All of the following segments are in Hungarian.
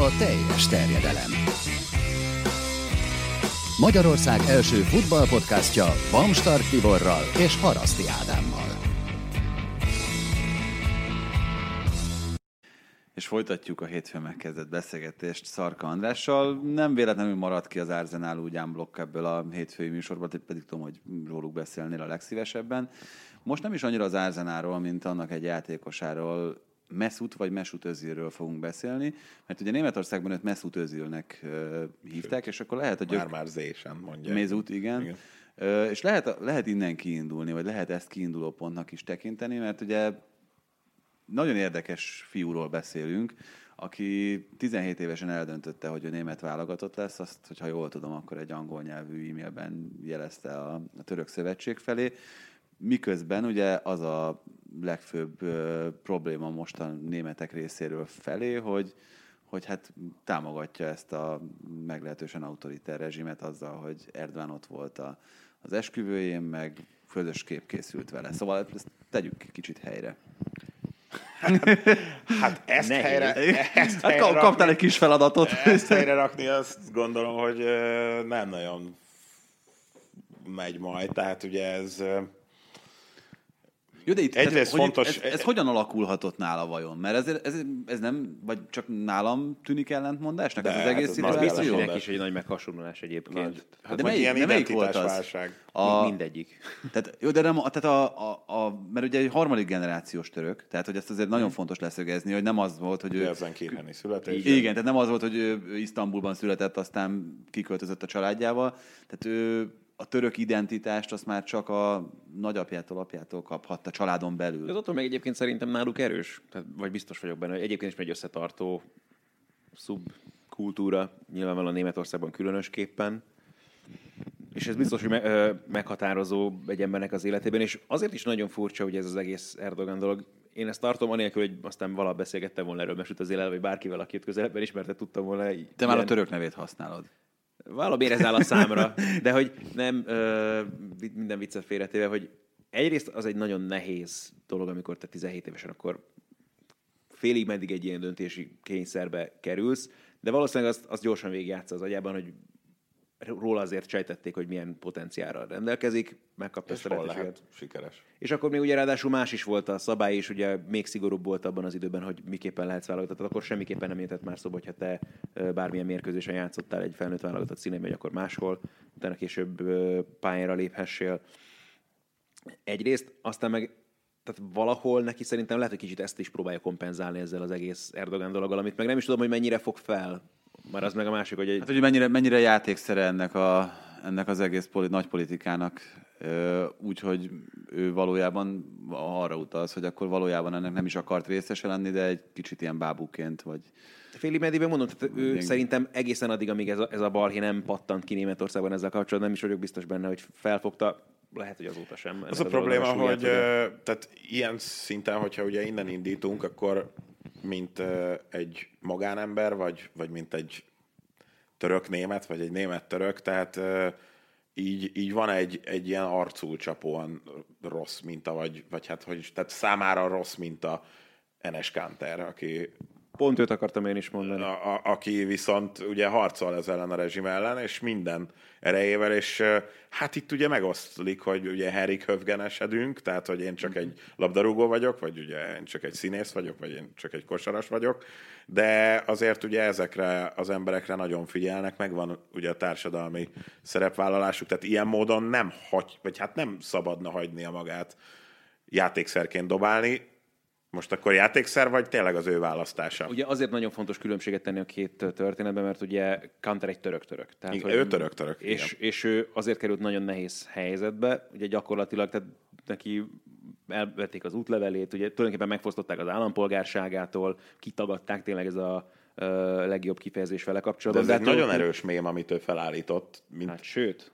a teljes terjedelem. Magyarország első futballpodcastja Bamstart Tiborral és Haraszti Ádámmal. És folytatjuk a hétfőn megkezdett beszélgetést Szarka Andrással. Nem véletlenül maradt ki az Arsenal úgy unblock ebből a hétfői műsorban, pedig tudom, hogy róluk beszélnél a legszívesebben. Most nem is annyira az Arsenalról, mint annak egy játékosáról, Mesut vagy Mesut Özilről fogunk beszélni, mert ugye Németországban őt Mesut Özilnek hívták, és akkor lehet, hogy... Már Z-sen mondják. Mesut, igen. És lehet innen kiindulni, vagy lehet ezt kiinduló pontnak is tekinteni, mert ugye nagyon érdekes fiúról beszélünk, aki 17 évesen eldöntötte, hogy ő német válogatott lesz, azt, hogyha jól tudom, akkor egy angol nyelvű e-mailben jelezte a török szövetség felé, miközben ugye az a legfőbb probléma most a németek részéről felé, hogy hát támogatja ezt a meglehetősen autoriter rezsimet azzal, hogy Erdogan ott volt az esküvőjén, meg közös kép készült vele. Szóval ezt tegyük kicsit helyre. Hát ezt helyre kaptál egy kis feladatot. Ezt helyre rakni, azt gondolom, hogy nem nagyon megy majd. Tehát ugye ez... Jó, de itt egyrészt fontos... Ez hogyan alakulhatott nála vajon? Mert ez nem, vagy csak nálam tűnik ellentmondásnak? Ez az egész szituáció? Ez is egy nagy meghasonlulás egyébként. Hát de melyik volt az? Mindegyik. Tehát, jó, de nem, tehát mert ugye egy harmadik generációs török, tehát hogy ezt azért nagyon fontos leszögezni, hogy nem az volt, hogy ő... Ezen kérheni születés. Igen, tehát nem az volt, hogy ő Isztambulban született, aztán kiköltözött a családjával. Tehát ő a török identitást azt már csak a nagyapjától, apjától kaphatta családon belül. Ez attól meg egyébként szerintem náluk erős, tehát, vagy biztos vagyok benne, hogy egyébként is egy összetartó szubkultúra, nyilvánvalóan Németországban különösképpen, és ez biztos, hogy meghatározó egy embernek az életében, és azért is nagyon furcsa, hogy ez az egész Erdogan dolog. Én ezt tartom anélkül, hogy aztán valaha beszélgettem volna erről Mesut Özillel, vagy bárkivel, akit közelebben ismerte, tudtam volna. Te már a török nevét használod. Valami érez áll a számra, de hogy nem minden viccet félretéve, hogy egyrészt az egy nagyon nehéz dolog, amikor te 17 évesen akkor félig meddig egy ilyen döntési kényszerbe kerülsz, de valószínűleg azt gyorsan végigjátsza az agyában, hogy róla azért sejtették, hogy milyen potenciálra rendelkezik, megkapta ezt a lehetőséget. Sikeres. És akkor még ugye ráadásul más is volt a szabály, és ugye még szigorúbb volt abban az időben, hogy miképpen lehetsz válogatott. Tehát akkor semmiképpen nem értett már szóba, hogyha te bármilyen mérkőzésen játszottál egy felnőtt válogatott színén, vagy akkor máshol, utána később pályára léphessél. Egyrészt, aztán meg tehát valahol neki szerintem lehet, hogy kicsit ezt is próbálja kompenzálni ezzel az egész Erdogan dologgal, amit meg nem is tudom, hogy mennyire fog fel. Már az meg a másik, hogy... Hát, hogy mennyire játékszere ennek az egész nagy politikának, úgyhogy ő valójában arra utalsz, hogy akkor valójában ennek nem is akart részese lenni, de egy kicsit ilyen bábúként, vagy... Félig meddig mondom, tehát ő szerintem egészen addig, amíg ez a balhé nem pattant ki Németországban ezzel kapcsolatban, nem is vagyok biztos benne, hogy felfogta, lehet, hogy azóta sem. Az a probléma, hogy tehát ilyen szinten, hogyha ugye innen indítunk, akkor mint egy magánember, vagy mint egy török-német, vagy egy német-török, tehát így van egy ilyen arcul csapóan rossz minta, vagy hát hogy tehát számára rossz minta Enes Kanter, aki... Pont őt akartam én is mondani. Aki viszont ugye harcol ez ellen a rezsim ellen, és minden erejével, és hát itt ugye megoszlik, hogy ugye Henrik Höfgen-esedünk, tehát hogy én csak egy labdarúgó vagyok, vagy ugye én csak egy színész vagyok, vagy én csak egy kosaras vagyok, de azért ugye ezekre az emberekre nagyon figyelnek, megvan ugye a társadalmi szerepvállalásuk, tehát ilyen módon nem szabadna hagynia magát játékszerként dobálni. Most akkor játékszer, vagy tényleg az ő választása? Ugye azért nagyon fontos különbséget tenni a két történetben, mert ugye Kanter egy török-török. Tehát, igen, ő török-török. És ő azért került nagyon nehéz helyzetbe, ugye gyakorlatilag, tehát neki elvették az útlevelét, ugye tulajdonképpen megfosztották az állampolgárságától, kitagadták, tényleg ez a legjobb kifejezés vele kapcsolatban. De ez egy nagyon erős mém, amit ő felállított. Hát sőt.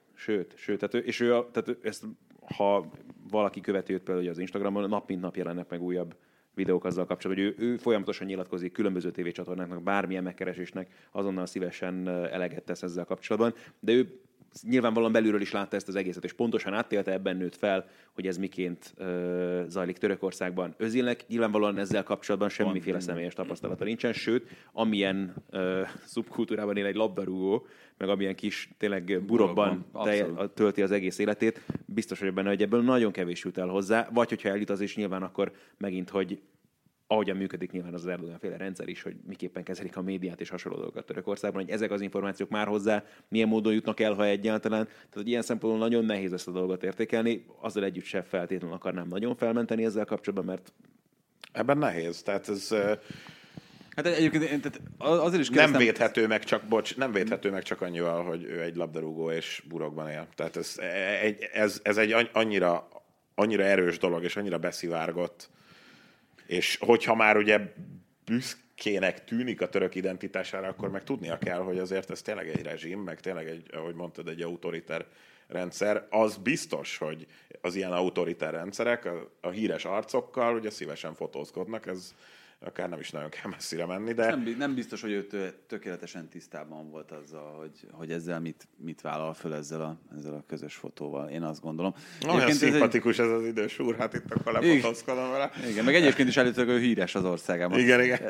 Tehát ezt, ha valaki követi őt például az Instagramon, nap mint nap jelennek meg újabb videók azzal kapcsolatban, hogy ő folyamatosan nyilatkozik különböző tévécsatornáknak, bármilyen megkeresésnek azonnal szívesen eleget tesz ezzel kapcsolatban, de ő nyilvánvalóan belülről is látta ezt az egészet, és pontosan átélte, ebben nőtt fel, hogy ez miként zajlik Törökországban. Özilnek nyilvánvalóan ezzel kapcsolatban semmiféle személyes tapasztalata nincsen, sőt, amilyen szubkultúrában él egy labdarúgó, meg amilyen kis tényleg burokban tölti az egész életét, biztos vagyok benne, hogy ebből nagyon kevés jut el hozzá, vagy hogyha eljut az is nyilván akkor megint, hogy ahogyan működik nyilván az Erdogan-féle rendszer is, hogy miképpen kezelik a médiát és hasonló dolgokat Törökországban, hogy ezek az információk már hozzá milyen módon jutnak el, ha egyáltalán. Tehát, hogy ilyen szempontból nagyon nehéz ezt a dolgot értékelni, azzal együtt sem feltétlenül akarnám nagyon felmenteni ezzel kapcsolatban, mert ebben nehéz. Tehát ez... Hát egyébként azért is nem védhető meg csak annyival, hogy ő egy labdarúgó és burokban él. Tehát ez egy annyira erős dolog, és annyira beszivárgott. És hogyha már ugye büszkének tűnik a török identitására, akkor meg tudnia kell, hogy azért ez tényleg egy rezsim, meg tényleg ahogy mondtad, egy autoriter rendszer. Az biztos, hogy az ilyen autoriter rendszerek a híres arcokkal ugye szívesen fotózkodnak, ez akár nem is nagyon kell messzire menni, de... Nem biztos, hogy ő tökéletesen tisztában volt azzal, hogy ezzel mit vállal föl ezzel a közös fotóval. Én azt gondolom. Olyan szimpatikus ez az idős úr, hát itt akkor lefotózkodom vele. Igen, meg egyébként is előtt, hogy híres az országában. Igen.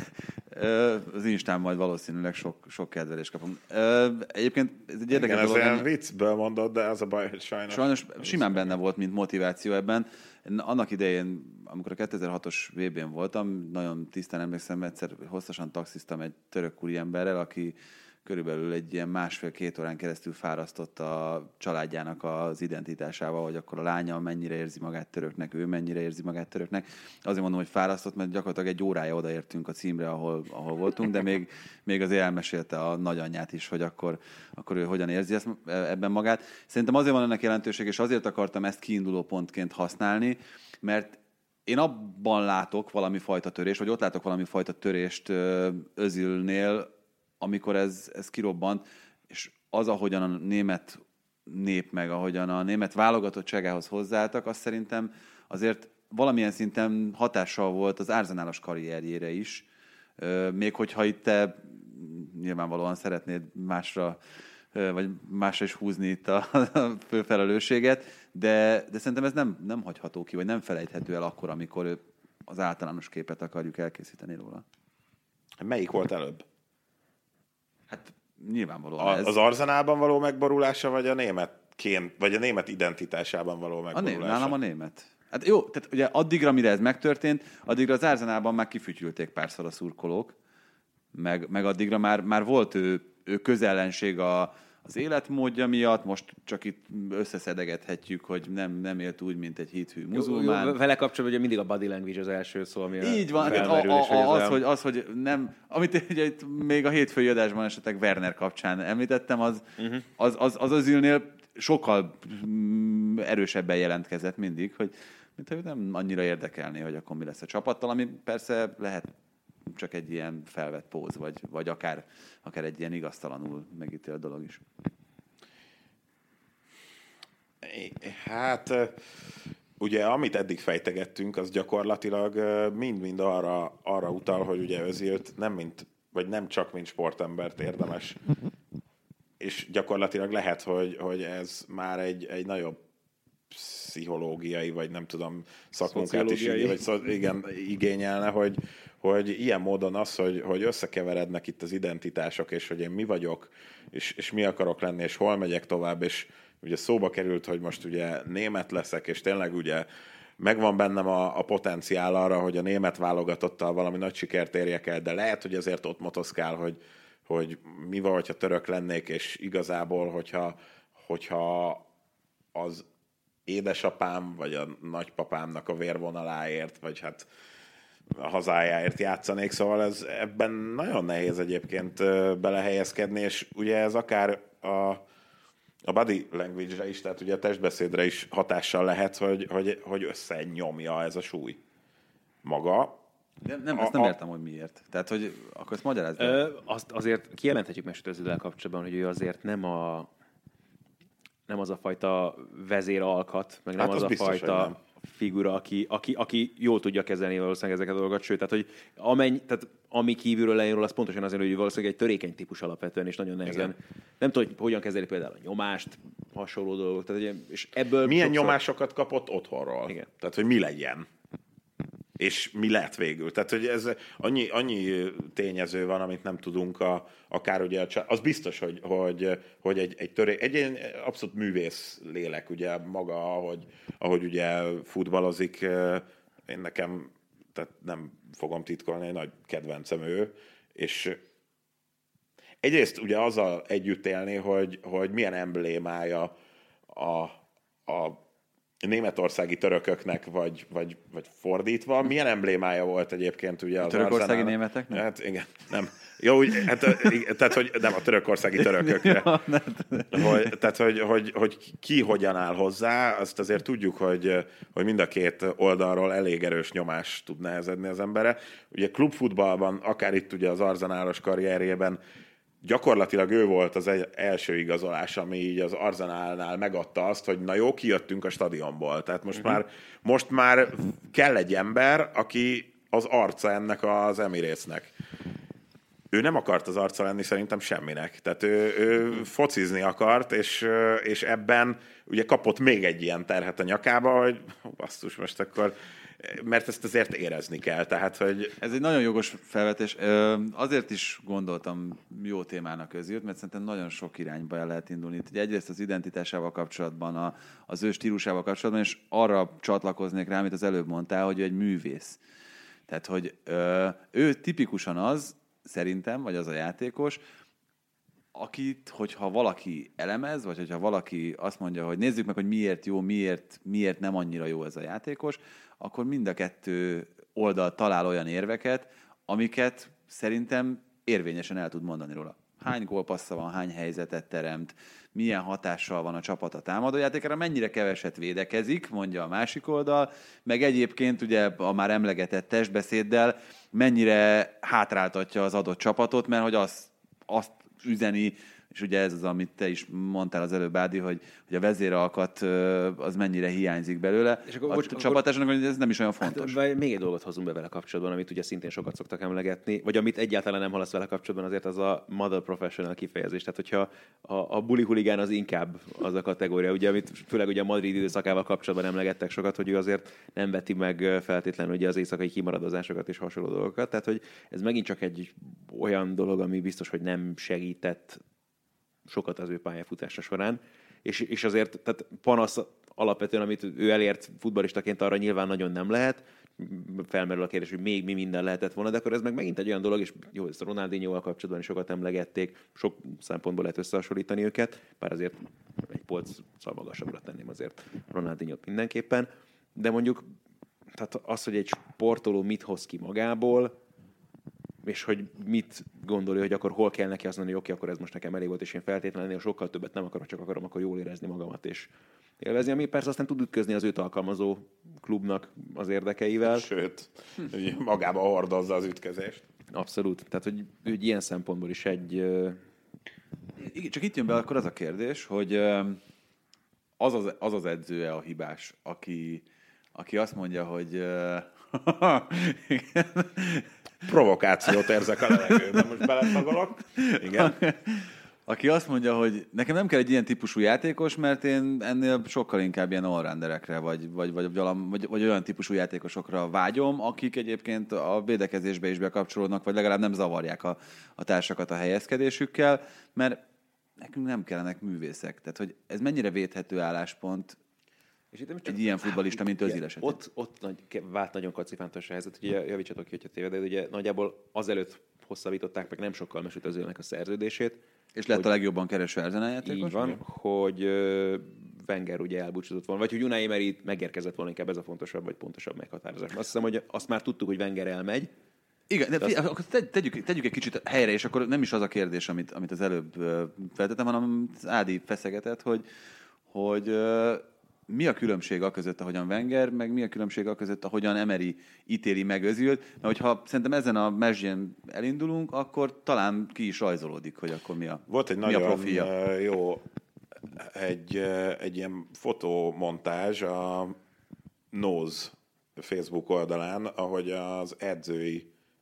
Az Instán majd valószínűleg sok kedvelést kapunk. Egyébként ez egy érdekes dolog. Igen, ez olyan viccből mondod, de az a baj, hogy sajnos simán benne volt, mint motiváció ebben. Annak idején, amikor a 2006-os VB-n voltam, nagyon tisztán emlékszem, egyszer hosszasan taxiztam egy török úriemberrel, aki körülbelül egy ilyen 1,5-2 órán keresztül fárasztott a családjának az identitásával, hogy akkor a lánya mennyire érzi magát töröknek, ő mennyire érzi magát töröknek. Azért mondom, hogy fárasztott, mert gyakorlatilag egy órája odaértünk a címre, ahol voltunk, de még azért elmesélte a nagyanyját is, hogy akkor ő hogyan érzi ebben magát. Szerintem azért van ennek jelentőség, és azért akartam ezt kiinduló pontként használni, mert én abban látok valami fajta törést, vagy ott látok valami fajta törést Özilnél, amikor ez kirobbant, és az, ahogyan a német nép meg, ahogyan a német válogatottságához hozzáálltak, azt szerintem azért valamilyen szinten hatással volt az Arsenalos karrierjére is, még hogyha itt te nyilvánvalóan szeretnéd másra is húzni itt a főfelelősséget, de szerintem ez nem hagyható ki, vagy nem felejthető el akkor, amikor az általános képet akarjuk elkészíteni róla. Melyik volt előbb? Hát nyilvánvalóan ez. Az Arsenalban való megborulása, vagy a német identitásában való megborulása? Nálam a német. Hát jó, tehát ugye addigra, mire ez megtörtént, addigra az Arsenalban már kifütyülték párszor a szurkolók, meg addigra már volt ő közellenség az életmódja miatt, most csak itt összeszedegethetjük, hogy nem élt úgy, mint egy hithű muzulmán. Jó, vele kapcsolatban ugye mindig a body language az első szó, ami így van, hogy nem, amit ugye még a hétfői adásban esetleg Werner kapcsán említettem, az Özilnél sokkal erősebben jelentkezett mindig, hogy mintha nem annyira érdekelné, hogy akkor mi lesz a csapattal, ami persze lehet csak egy ilyen felvett póz, vagy akár egy ilyen igaztalanul megítélt dolog is. Hát ugye amit eddig fejtegettünk, az gyakorlatilag mind-mind arra utal, hogy ugye Özilt nem csak mint sportembert érdemes, és gyakorlatilag lehet, hogy ez már egy nagyobb pszichológiai, vagy nem tudom, szakmunkát is igényelne, hogy ilyen módon az, hogy összekeverednek itt az identitások, és hogy én mi vagyok, és mi akarok lenni, és hol megyek tovább, és ugye szóba került, hogy most ugye német leszek, és tényleg ugye megvan bennem a potenciál arra, hogy a német válogatottal valami nagy sikert érjek el, de lehet, hogy ezért ott motoszkál, hogy mi van, hogyha török lennék, és igazából, hogyha az édesapám, vagy a nagypapámnak a vérvonaláért, vagy hát a hazájáért játszanék, szóval ebben nagyon nehéz egyébként belehelyezkedni, és ugye ez akár a body language-re is, tehát ugye a testbeszédre is hatással lehet, hogy összenyomja ez a súly maga. De ezt nem értem, hogy miért. Tehát, hogy akkor ezt magyarázd. Azt azért kijelenthetjük Mesut Özillel kapcsolatban, hogy ő azért nem az a fajta vezéralkat, meg nem hát az a biztos, fajta figura, aki jól tudja kezelni valószínűleg ezeket a dolgokat, sőt, tehát, hogy ami kívülről lejön róla, az pontosan azért, hogy valószínűleg egy törékeny típus alapvetően, és nagyon nehezen. Igen. Nem tudom, hogy hogyan kezeli például a nyomást, hasonló dolgok. Tehát, és ebből milyen nyomásokat kapott otthonról? Igen. Tehát, hogy mi legyen? És mi lett végül? Tehát, hogy ez annyi tényező van, amit nem tudunk, akár ugye, az biztos, hogy egy ilyen abszolút művész lélek, ugye maga, ahogy ugye futballozik, én nekem, tehát nem fogom titkolni, egy nagy kedvencem ő, és egyrészt ugye azzal együtt élni, hogy milyen emblémája a németországi törököknek, vagy fordítva. Milyen emblémája volt egyébként ugye az törökországi Arsenalnak? németeknek? Hát igen, nem. Jó, úgy, tehát, hogy nem a törökországi törökökre. Tehát, hogy ki hogyan áll hozzá, azt azért tudjuk, hogy mind a két oldalról elég erős nyomás tud nehezedni az emberre. Ugye klubfutballban, akár itt ugye az arzenálos karrierjében gyakorlatilag ő volt az első igazolás, ami így az Arsenalnál megadta azt, hogy na jó, kijöttünk a stadionból. Tehát most már kell egy ember, aki az arca ennek az Emiratesnek. Ő nem akart az arca lenni szerintem semminek. Tehát ő focizni akart, és ebben ugye kapott még egy ilyen terhet a nyakába, hogy basszus, most akkor... Mert ezt azért érezni kell. Tehát, hogy... Ez egy nagyon jogos felvetés. Azért is gondoltam jó témának közült, mert szerintem nagyon sok irányba el lehet indulni. Itt egyrészt az identitásával kapcsolatban, az ő stílusával kapcsolatban, és arra csatlakoznék rá, amit az előbb mondtál, hogy ő egy művész. Tehát, hogy ő tipikusan az, szerintem, vagy az a játékos, akit, hogyha valaki elemez, vagy hogyha valaki azt mondja, hogy nézzük meg, hogy miért jó, miért nem annyira jó ez a játékos, akkor mind a kettő oldal talál olyan érveket, amiket szerintem érvényesen el tud mondani róla. Hány gólpassza van, hány helyzetet teremt, milyen hatással van a csapat a támadójátékára, mennyire keveset védekezik, mondja a másik oldal, meg egyébként ugye a már emlegetett testbeszéddel mennyire hátráltatja az adott csapatot, mert hogy azt üzeni, és ugye ez az, amit te is mondtál az előbb, Ádi, hogy a vezéralkat az mennyire hiányzik belőle. És akkor, a csapatásnak ez nem is olyan fontos. Hát, még egy dolgot hozunk be vele kapcsolatban, amit ugye szintén sokat szoktak emlegetni, vagy amit egyáltalán nem hallasz vele kapcsolatban, azért az a mother professional kifejezés. Tehát, hogyha a buli huligán az inkább az a kategória, ugye, amit főleg ugye a Madrid időszakával kapcsolatban emlegettek sokat, hogy ő azért nem veti meg feltétlenül ugye az éjszakai kimaradozásokat és hasonló dolgokat. Tehát, hogy ez megint csak egy olyan dolog, ami biztos, hogy nem segített sokat az ő pályafutása során, és azért tehát panasz alapvetően, amit ő elért futballistaként, arra nyilván nagyon nem lehet. Felmerül a kérdés, hogy még mi minden lehetett volna, de akkor ez meg megint egy olyan dolog, és jó, ezt a Ronaldinhoval kapcsolatban is sokat emlegették, sok szempontból lehet összehasonlítani őket, bár azért egy polccal magasabbra tenném azért Ronaldinhot mindenképpen, de mondjuk tehát az, hogy egy sportoló mit hoz ki magából, és hogy mit gondolja, hogy akkor hol kell neki azt mondani, hogy oké, akkor ez most nekem elég volt, és én feltétlenül sokkal többet nem akarok, csak akarom akkor jól érezni magamat, és élvezni, ami persze aztán tud ütközni az őt alkalmazó klubnak az érdekeivel. Sőt, magába hordozza az ütközést. Abszolút. Tehát, hogy ilyen szempontból is egy... Csak itt jön be akkor az a kérdés, hogy az edzője a hibás, aki azt mondja, hogy... Provokációt érzek a levegőben, most beleszagolok. Igen. Aki azt mondja, hogy nekem nem kell egy ilyen típusú játékos, mert én ennél sokkal inkább ilyen allrounderekre, vagy olyan típusú játékosokra vágyom, akik egyébként a védekezésbe is bekapcsolódnak, vagy legalább nem zavarják a társakat a helyezkedésükkel, mert nekünk nem kellenek művészek. Tehát, hogy ez mennyire védhető álláspont és itt egy ilyen futballista, mint Özil esetén. Ott vált nagyon kacifántos a helyzet, hogy javítsatok ki, hogyha tévedek, de ugye nagyjából azelőtt hosszabbították meg nem sokkal Mesut Özilnek a szerződését. És lett a legjobban kereső Arsenal játékos? Így van, hogy Wenger ugye elbúcsúzott volna, vagy hogy Unai Emery megérkezett volna, inkább ez a fontosabb, vagy pontosabb meghatározás. Azt hiszem, hogy azt már tudtuk, hogy Wenger elmegy. Igen, de akkor tegyük egy kicsit helyre, és akkor nem is az a kérdés, amit az előbb feltettem, hanem Ádi feszegetett, hogy mi a különbség a között, ahogyan Wenger, meg mi a különbség a között, ahogyan Emery ítéli meg Özil, mert hogyha szerintem ezen a mezsgyen elindulunk, akkor talán ki is rajzolódik, hogy akkor mi a profilja. Volt egy nagyon jó egy ilyen fotomontázs a Nose Facebook oldalán, ahogy az edzői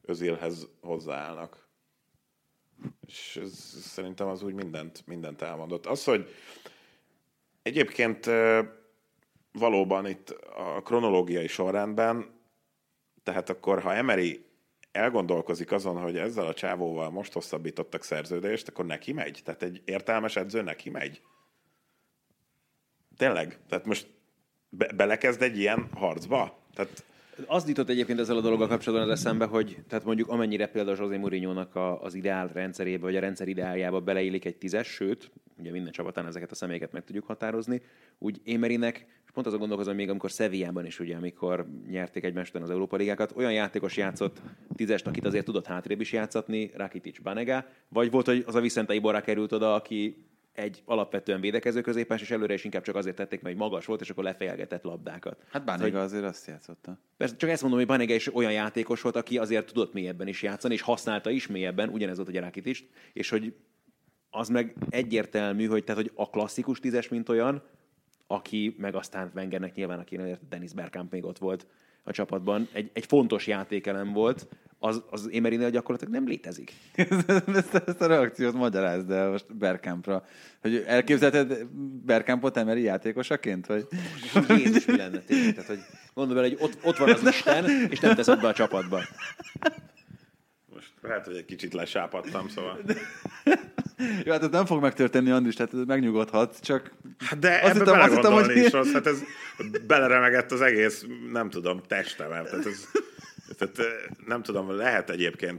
Özilhez hozzáállnak. És ez, szerintem az úgy mindent elmondott. Az, hogy egyébként valóban itt a kronológiai sorrendben, tehát akkor, ha Emery elgondolkozik azon, hogy ezzel a csávóval most hosszabbítottak szerződést, akkor neki megy? Tehát egy értelmes edző neki megy? Tényleg? Tehát most belekezd egy ilyen harcba? Tehát... Az jutott egyébként ezzel a dologgal kapcsolatban az eszembe, hogy tehát mondjuk amennyire például José Mourinho-nak az ideál rendszerébe, vagy a rendszer ideáljába beleillik egy 10-es, sőt, ugye minden csapatán ezeket a személyeket meg tudjuk határozni, úgy Emerynek, és pont azon gondolkozom még, amikor Sevillában is, ugye, amikor nyerték egymást az Európa Ligákat, olyan játékos játszott 10-est, akit azért tudott hátrébb is játszatni, Rakitic, Banega, vagy volt, hogy az a Vicente Iborra került oda, aki egy alapvetően védekező középpás, és előre is inkább csak azért tették, mert magas volt, és akkor lefejelgetett labdákat. Hát Banega azért azt játszotta. Persze, csak ezt mondom, hogy Banega is olyan játékos volt, aki azért tudott mélyebben is játszani, és használta is mélyebben, ugyanez volt a Rakitic, és hogy az meg egyértelmű, hogy, tehát, hogy a klasszikus 10-es, mint olyan, aki meg aztán Wengernek nyilván, aki Dennis Bergkamp még ott volt a csapatban, egy fontos játékelem volt, az Emerynél gyakorlatilag nem létezik. Ezt a reakciót magyarázd el most Bergkampra. Hogy elképzelted Bergkampot Emery játékosaként? Vagy? Jézus, mi lenne tényleg? Tehát, hogy gondolj bele, hogy ott van az Isten, és nem teszed be a csapatba. Most lehet, hogy egy kicsit lesápadtam, szóval... Jó, hát ez nem fog megtörténni, Andris, tehát megnyugodhatsz, csak... Hát de ebbe belegondolni is rossz, hát ez beleremegett az egész, nem tudom, testemet. Tehát nem tudom, lehet egyébként,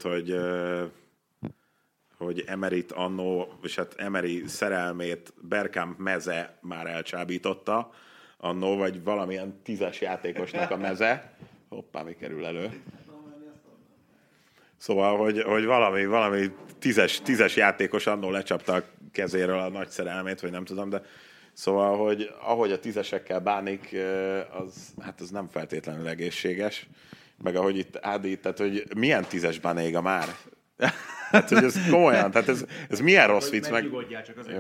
hogy Emeryt annó, és hát Emery szerelmét Bergkamp meze már elcsábította annó, vagy valamilyen 10-es játékosnak a meze. Hoppá, mi kerül elő? Szóval, hogy valami 10-es játékos annól lecsapta a kezéről a nagy szerelmét, vagy nem tudom, de szóval, hogy ahogy a 10-esekkel bánik, az nem feltétlenül egészséges. Meg ahogy itt Ádi, tehát hogy milyen 10-es Banega már? Hát, hogy ez komolyan, tehát ez milyen rossz vicc meg... Csak azért,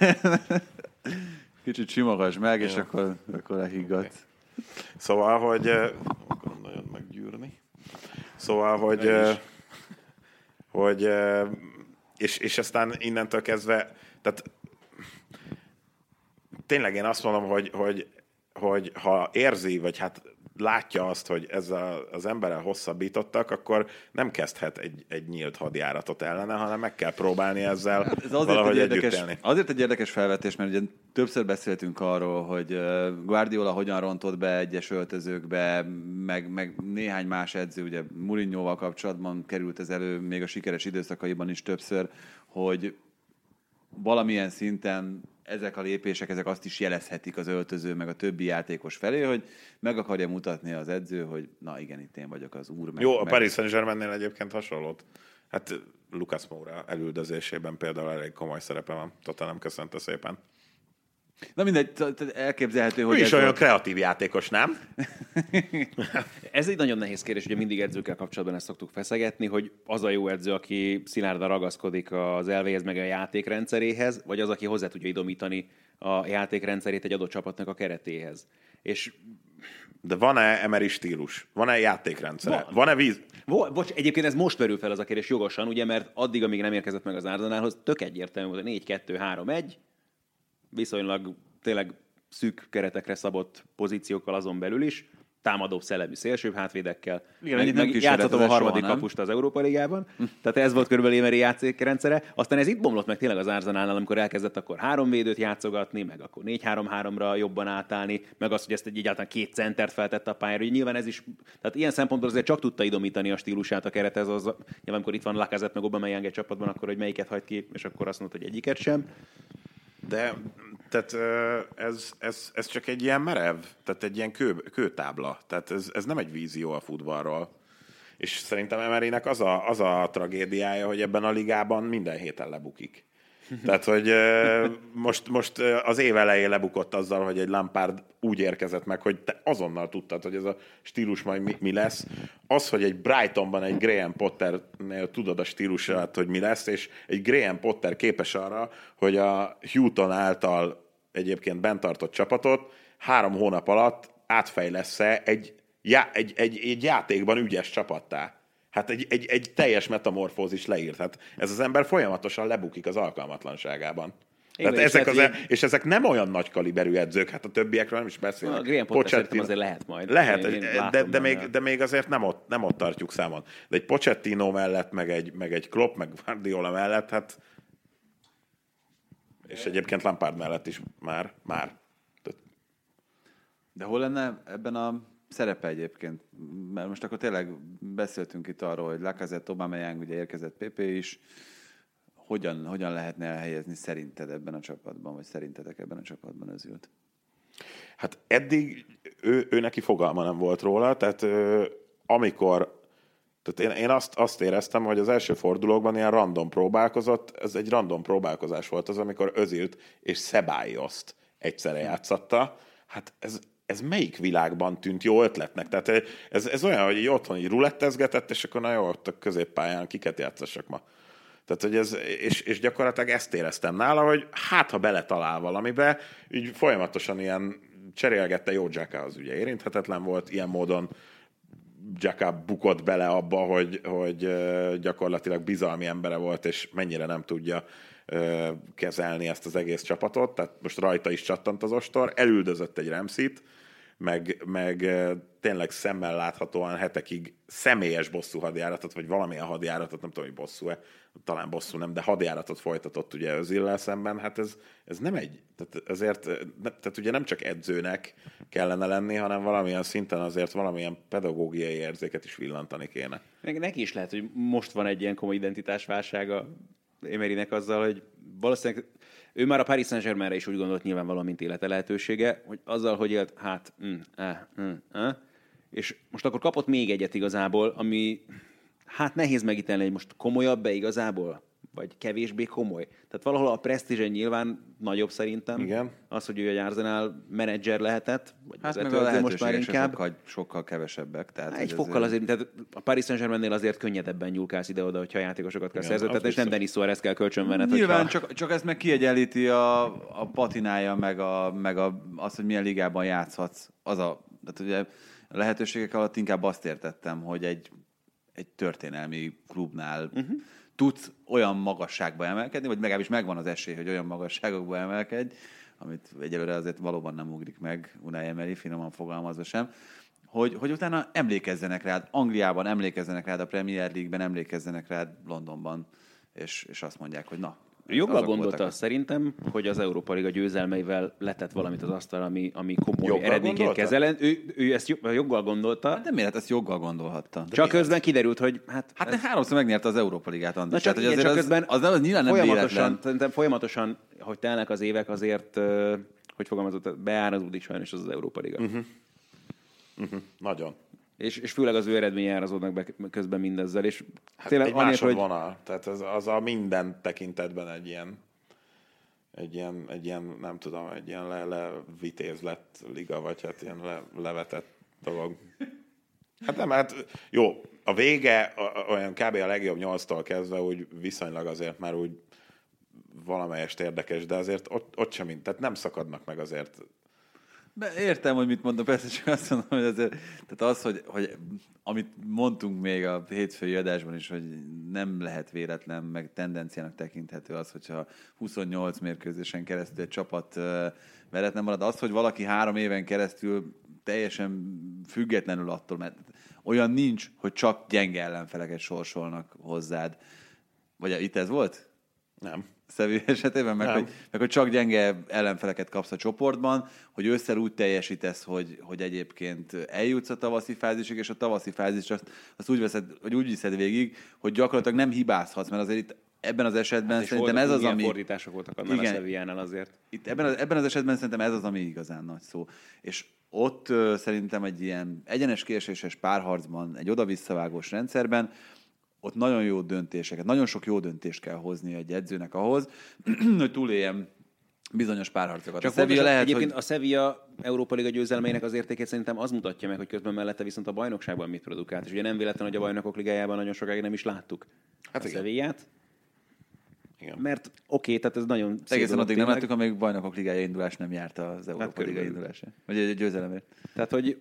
Kicsit simogass meg, és akkor lehiggadsz. Szóval, hogy... Akarom nagyon meggyűrni. Szóval, hogy és aztán innentől kezdve, tehát tényleg én azt mondom, hogy ha érzi, vagy hát látja azt, hogy ezzel az emberrel hosszabbítottak, akkor nem kezdhet egy nyílt hadjáratot ellene, hanem meg kell próbálni ezzel hát valahogy együtt élni. Azért egy érdekes felvetés, mert ugye többször beszéltünk arról, hogy Guardiola hogyan rontott be egyes öltözőkbe, meg néhány más edző, ugye Mourinhoval kapcsolatban került ez elő, még a sikeres időszakaiban is többször, hogy valamilyen szinten ezek a lépések, ezek azt is jelezhetik az öltöző, meg a többi játékos felé, hogy meg akarja mutatni az edző, hogy na igen, itt én vagyok az úr. Jó, a Paris Saint-Germainnél egyébként hasonlót. Hát Lucas Moura elüldözésében például elég komoly szerepe van. Tottenham köszönte szépen. Na mindegy, elképzelhető, hogy... Ő is olyan kreatív játékos, nem? Ez egy nagyon nehéz kérdés, ugye mindig edzőkkel kapcsolatban ezt szoktuk feszegetni, hogy az a jó edző, aki szilárdan ragaszkodik az elvéhez meg a játékrendszeréhez, vagy az, aki hozzá tudja idomítani a játékrendszerét egy adott csapatnak a keretéhez. És... De van-e Emery stílus? Van-e játékrendszere? Van-e víz? Bocs, egyébként ez most merül fel az a kérdés jogosan, ugye, mert addig, amíg nem érkezett meg az Arsenalhoz, tök egyértelmű volt, 4-2-3-1, viszonylag tényleg szűk keretekre szabott pozíciókkal azon belül is, támadó szellemű szélsőbb hátvédekkel. Igen, meg játszhatom a harmadik kapust az Európa Ligában. Tehát ez volt körülbelül Emery játékrendszere. Aztán ez itt bomlott meg tényleg az Arsenalnál, amikor elkezdett akkor 3 védőt játszogatni, meg akkor 4-3-3-ra jobban átállni, meg azt, hogy ezt egyáltalán 2 centert feltett a pályára. Nyilván ez is, tehát ilyen szempontból azért csak tudta idomítani a stílusát a kerethez. Nyilván amikor itt van Lacazette meg Aubameyang egy csapatban, akkor hogy melyiket hagy ki, és akkor azt mondta, hogy egyiket sem. De tehát ez csak egy ilyen merev, tehát egy ilyen kőtábla. Tehát ez nem egy vízió a futballról. És szerintem Emerynek az a tragédiája, hogy ebben a ligában minden héten lebukik. Tehát, hogy most az év elején lebukott azzal, hogy egy Lampard úgy érkezett meg, hogy te azonnal tudtad, hogy ez a stílus majd mi lesz. Az, hogy egy Brightonban egy Graham Potternél tudod a stílusát, hogy mi lesz, és egy Graham Potter képes arra, hogy a Houghton által egyébként bent tartott csapatot 3 hónap alatt átfejlessze egy játékban ügyes csapattá. Hát egy teljes metamorfózis leírt. Hát ez az ember folyamatosan lebukik az alkalmatlanságában. És ezek nem olyan nagy kaliberű edzők, hát a többiekről nem is beszélnek. A Graham Potter szerintem azért lehet majd. Lehet, de még azért nem ott tartjuk számon. De egy Pochettino mellett, meg egy Klopp, meg Guardiola mellett, hát és egyébként Lampard mellett is már. De hol lenne ebben a szerepe egyébként? Mert most akkor tényleg beszéltünk itt arról, hogy Lacazette, Aubameyang, ugye érkezett PP is. Hogyan lehetne elhelyezni szerinted ebben a csapatban, vagy szerintetek ebben a csapatban Özült? Hát eddig ő neki fogalma nem volt róla, tehát tehát én azt éreztem, hogy az első fordulókban ilyen random próbálkozott, ez egy random próbálkozás volt az, amikor Özilt és Ceballost egyszerre játszatta. Hát ez melyik világban tűnt jó ötletnek? Tehát ez olyan, hogy otthon így rulettezgetett, és akkor na jó, ott a középpályán kiket játszassak ma. Tehát, hogy és gyakorlatilag ezt éreztem nála, hogy hát, ha beletalál valamibe, így folyamatosan ilyen cserélgette jó Xhaka, az ugye érinthetetlen volt, ilyen módon Xhaka bukott bele abba, hogy gyakorlatilag bizalmi embere volt, és mennyire nem tudja kezelni ezt az egész csapatot, tehát most rajta is csattant az ostor, elüldözött egy Ramsey-t, meg tényleg szemmel láthatóan hetekig személyes bosszú hadjáratot, vagy valamilyen hadjáratot, nem tudom, hogy bosszú-e, talán bosszú nem, de hadjáratot folytatott ugye Özillel szemben, hát ez nem tehát ugye nem csak edzőnek kellene lenni, hanem valamilyen szinten azért valamilyen pedagógiai érzéket is villantani kéne. Neki is lehet, hogy most van egy ilyen komoly identitásválsága Emerynek azzal, hogy valószínűleg ő már a Paris Saint-Germainre is úgy gondolt nyilvánvalóan, mint élete lehetősége, hogy azzal, hogy élt, és most akkor kapott még egyet igazából, ami hát nehéz megítélni, hogy most komolyabb-e igazából, vagy kevésbé komoly. Tehát valahol a presztízse nyilván nagyobb szerintem. Igen. Az, hogy ő egy Arsenal menedzser lehetett, vagy hát vezető, meg a most már inkább. sokkal kevesebbek. Tehát egy fokkal azért, tehát a Paris Saint-Germainnél azért könnyedebben nyúlkálsz ide-oda, hogyha játékosokat kell szerződtetni, és nem Denis Suárez kell kölcsönvenned. Nyilván csak ezt meg kiegyenlíti a patinája, meg az, hogy milyen ligában játszhatsz. Tehát ugye a lehetőségek alatt inkább azt értettem, hogy egy történelmi klubnál tudsz olyan magasságba emelkedni, vagy legalábbis megvan az esély, hogy olyan magasságokba emelkedj, amit egyelőre azért valóban nem ugrik meg Unai Emery, finoman fogalmazva sem, hogy utána emlékezzenek rád, Angliában emlékezzenek rád, a Premier League-ben emlékezzenek rád, Londonban, és azt mondják, hogy na. Joggal gondolta szerintem, hogy az Európa Liga győzelmeivel letett valamit az asztal, ami komoly eredményként kezel. Ő ezt joggal gondolta. De miért ezt joggal gondolhatta? Csak közben kiderült, hogy Hát háromszor megnyerte az Európa Ligát, Andris. Csak, tehát, csak közben az nyilván nem véletlen. Szerintem folyamatosan, hogy telnek az évek, azért, hogy fogalmazott, beárazódik sajnos az Európa Liga. Nagyon. És főleg az ő eredménye árazódnak be közben mindezzel. És hát tényleg egy másodvonal. Tehát az a minden tekintetben egy ilyen nem tudom, egy ilyen levitézlett liga, vagy hát ilyen levetett dolog. Hát nem, hát jó, a vége olyan kb. A legjobb 8-tól kezdve úgy viszonylag azért már úgy valamelyest érdekes, de azért ott sem tehát nem szakadnak meg azért. Értem, hogy mit mondom, persze csak azt mondom, hogy azért, tehát az, hogy amit mondtunk még a hétfői adásban is, hogy nem lehet véletlen, meg tendenciának tekinthető az, hogyha 28 mérkőzésen keresztül egy csapat veretlen marad. Az, hogy valaki 3 éven keresztül teljesen függetlenül attól, mert olyan nincs, hogy csak gyenge ellenfeleket sorsolnak hozzád. Vagy itt ez volt? Nem. Sevilla esetében, meg hogy csak gyenge ellenfeleket kapsz a csoportban, hogy ősszel úgy teljesítesz, hogy egyébként eljutsz a tavaszi fázisig, és a tavaszi fázis azt úgy veszed, vagy úgy viszed végig, hogy gyakorlatilag nem hibázhatsz, mert azért itt ebben az esetben hát szerintem ez az, ami... fordítások voltak annál a Sevillánál azért. Itt ebben az esetben szerintem ez az, ami igazán nagy szó. És ott szerintem egy ilyen egyenes kieséses párharcban, egy oda-visszavágós rendszerben, ott nagyon jó döntéseket, nagyon sok jó döntést kell hozni egy edzőnek ahhoz, hogy túléljen bizonyos párharcokat. Csak egyébként a Sevilla Európa Liga győzelmeinek az értékét szerintem az mutatja meg, hogy közben mellette viszont a bajnokságban mit produkált. És ugye nem véletlen, hogy a Bajnokok Ligájában nagyon sokáig nem is láttuk a Sevillát. Igen. Mert tehát ez nagyon szép. Egészen addig nem láttuk, amíg Bajnokok Ligája indulás nem járt az Európa Liga indulása. Vagy egy győzelemért. Tehát, hogy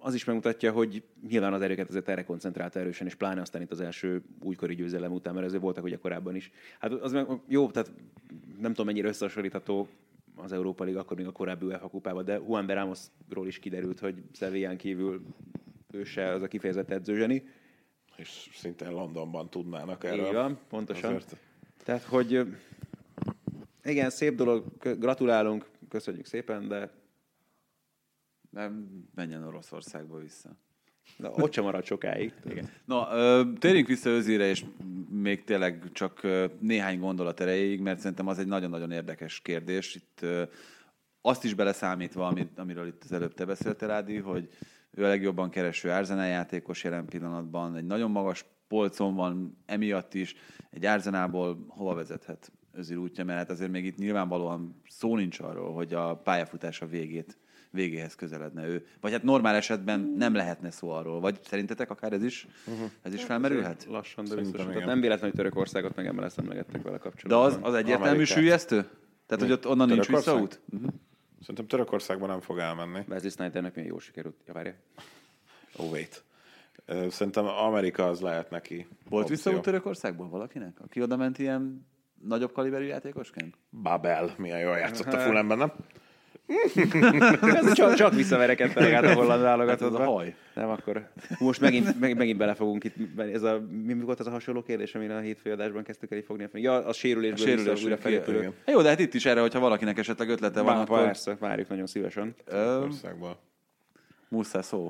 az is megmutatja, hogy nyilván az erőket azért erre koncentrálta erősen, és pláne aztán itt az első újkori győzelem után, mert ezért voltak ugye korábban is. Hát az meg jó, tehát nem tudom mennyire összehasonlítható az Európa Liga, akkor még a korábbi UEFA kupában, de Juan de Ramosról is kiderült, hogy Sevillán kívül ő se az a kifejezett edzőzseni. És szintén Londonban tudnának erről. Így van, pontosan. Azért. Tehát, hogy igen, szép dolog, gratulálunk, köszönjük szépen, de Nem menjen Oroszországba vissza. na, ott sem marad sokáig. Igen. Na, térjünk vissza Özilre, és még tényleg csak néhány gondolat erejéig, mert szerintem az egy nagyon-nagyon érdekes kérdés. Itt azt is beleszámítva, amiről itt az előbb te beszéltél, Ádi, hogy ő a legjobban kereső Arsenal játékos jelen pillanatban, egy nagyon magas polcon van emiatt is, egy Arsenalból hova vezethet Özil útja, mert hát azért még itt nyilvánvalóan szó nincs arról, hogy a pályafutása végéhez közeledne ő. Vagy hát normál esetben nem lehetne szó arról. Vagy szerintetek akár ez is felmerülhet? Lassan, de Szerintem biztos. igen. Tehát nem véletlen, hogy Törökországot meg MLS emlegettek vele kapcsolatban. De az egyértelmű Amerikát. sülyeztő? Tehát, hogy ott onnan nincs Törökország? visszaút? Szerintem Törökországban nem fog elmenni. Wesley Sneijdernek milyen jól sikerült. Ja, várja. Oh, wait. Szerintem Amerika az lehet neki. Volt opció. visszaút Törökországból valakinek? Aki oda ment ilyen nagyobb kaliberű játékosként? Babel, milyen jól játszott a Fulhamben, nem? Ez csak visszaverekedte magát a holland válogatottba. Ez a haj. Nem, akkor most megint belefogunk itt. Mi volt az a hasonló kérdés, amire a hétfői adásban kezdtük el így fogni? Ja, a sérülésből újra felépülő. igen. Jó, de hát itt is erre, hogyha valakinek esetleg ötlete van, akkor Persze, várjuk nagyon szívesen. Országból. muszáj szó.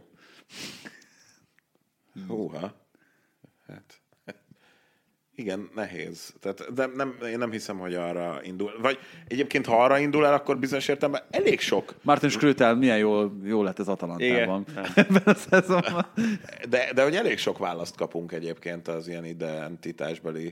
Húha. Hát. Igen, nehéz. Tehát, de én nem hiszem, hogy arra indul. Vagy egyébként, ha arra indul el, akkor bizonyos értelemben elég sok. Martin Schröter milyen jól lett az Atalantában ebben a szezonban. De hogy elég sok választ kapunk egyébként az ilyen identitásbeli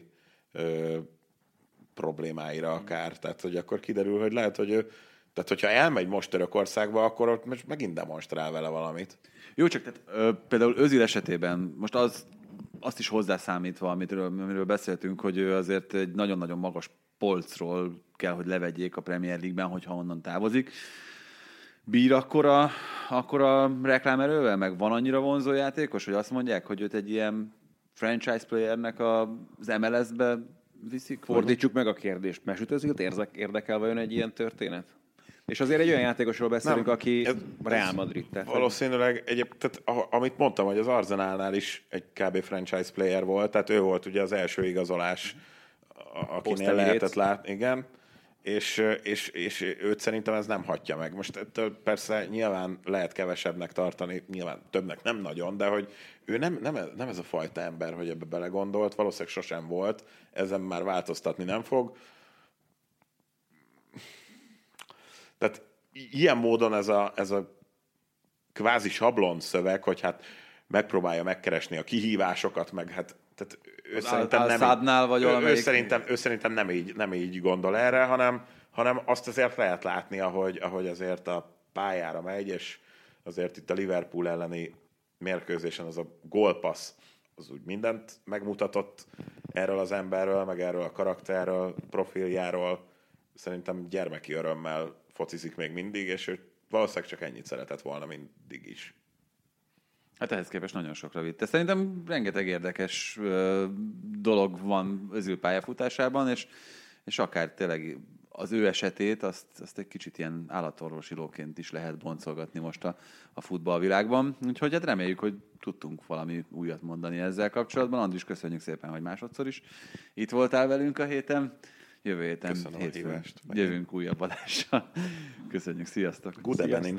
problémáira akár. Tehát, hogy akkor kiderül, hogy lehet, hogy ő... Tehát, hogyha elmegy most Törökországba, akkor ott most megint demonstrál vele valamit. Jó, csak tehát, például Özil esetében most azt is hozzászámítva, amiről beszéltünk, hogy ő azért egy nagyon-nagyon magas polcról kell, hogy levegyék a Premier League-ben, hogyha onnan távozik. Bír akkora reklámerővel, meg van annyira vonzó játékos, hogy azt mondják, hogy őt egy ilyen franchise playernek az MLS-be viszik? Fordítsuk meg a kérdést. Mesut Özil érdekel vajon egy ilyen történet? És azért egy olyan játékosról beszélünk, aki Real Madrid. Tehát Valószínűleg tehát, amit mondtam, hogy az Arsenalnál is egy kb. Franchise player volt, tehát ő volt ugye az első igazolás, akinél lehetett látni, igen, és őt szerintem ez nem hagyja meg. Most ettől persze nyilván lehet kevesebbnek tartani, nyilván többnek nem nagyon, de hogy ő nem ez a fajta ember, hogy ebbe belegondolt, valószínűleg sosem volt, ezen már változtatni nem fog. Tehát ilyen módon ez a kvázi sablon szöveg, hogy hát megpróbálja megkeresni a kihívásokat, meg hát tehát ő szerintem nem így gondol erre, hanem azt azért lehet látni, ahogy azért a pályára megy, és azért itt a Liverpool elleni mérkőzésen az a gólpassz, az úgy mindent megmutatott erről az emberről, meg erről a karakterről, profiljáról. Szerintem gyermeki örömmel focizik még mindig, és ő valószínűleg csak ennyit szeretett volna mindig is. Hát ehhez képest nagyon sokra vitte. Szerintem rengeteg érdekes dolog van Özil pályafutásában, és akár tényleg az ő esetét, azt egy kicsit ilyen állatorvosilóként is lehet boncolgatni most a futballvilágban. Úgyhogy hát reméljük, hogy tudtunk valami újat mondani ezzel kapcsolatban. Andris, köszönjük szépen, hogy másodszor is itt voltál velünk a héten. Jövő héten hétfőn jövünk újabb adással. Köszönjük, sziasztok! Good evening!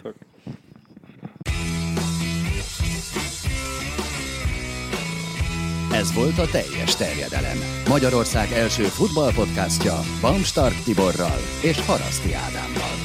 Ez volt a Teljes Terjedelem. Magyarország első futballpodcastja Bamstark Tiborral és Haraszti Ádámmal.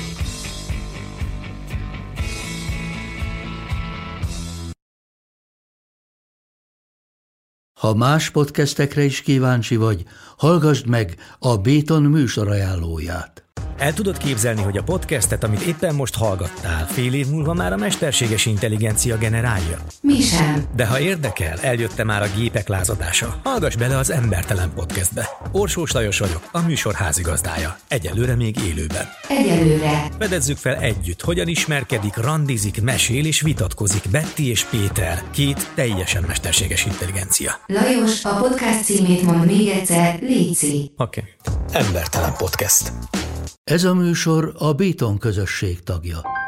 Ha más podcastekre is kíváncsi vagy, hallgassd meg a Béton műsor ajánlóját. El tudod képzelni, hogy a podcastet, amit éppen most hallgattál, fél év múlva már a mesterséges intelligencia generálja? Mi sem. De ha érdekel, eljött már a gépek lázadása. Hallgass bele az Embertelen Podcastbe. Orsós Lajos vagyok, a műsor házigazdája. Egyelőre még élőben. Egyelőre. Fedezzük fel együtt, hogyan ismerkedik, randizik, mesél és vitatkozik Betty és Péter, két teljesen mesterséges intelligencia. Lajos, a podcast címét mond még egyszer, léci. Oké. Embertelen Podcast. Ez a műsor a Béton közösség tagja.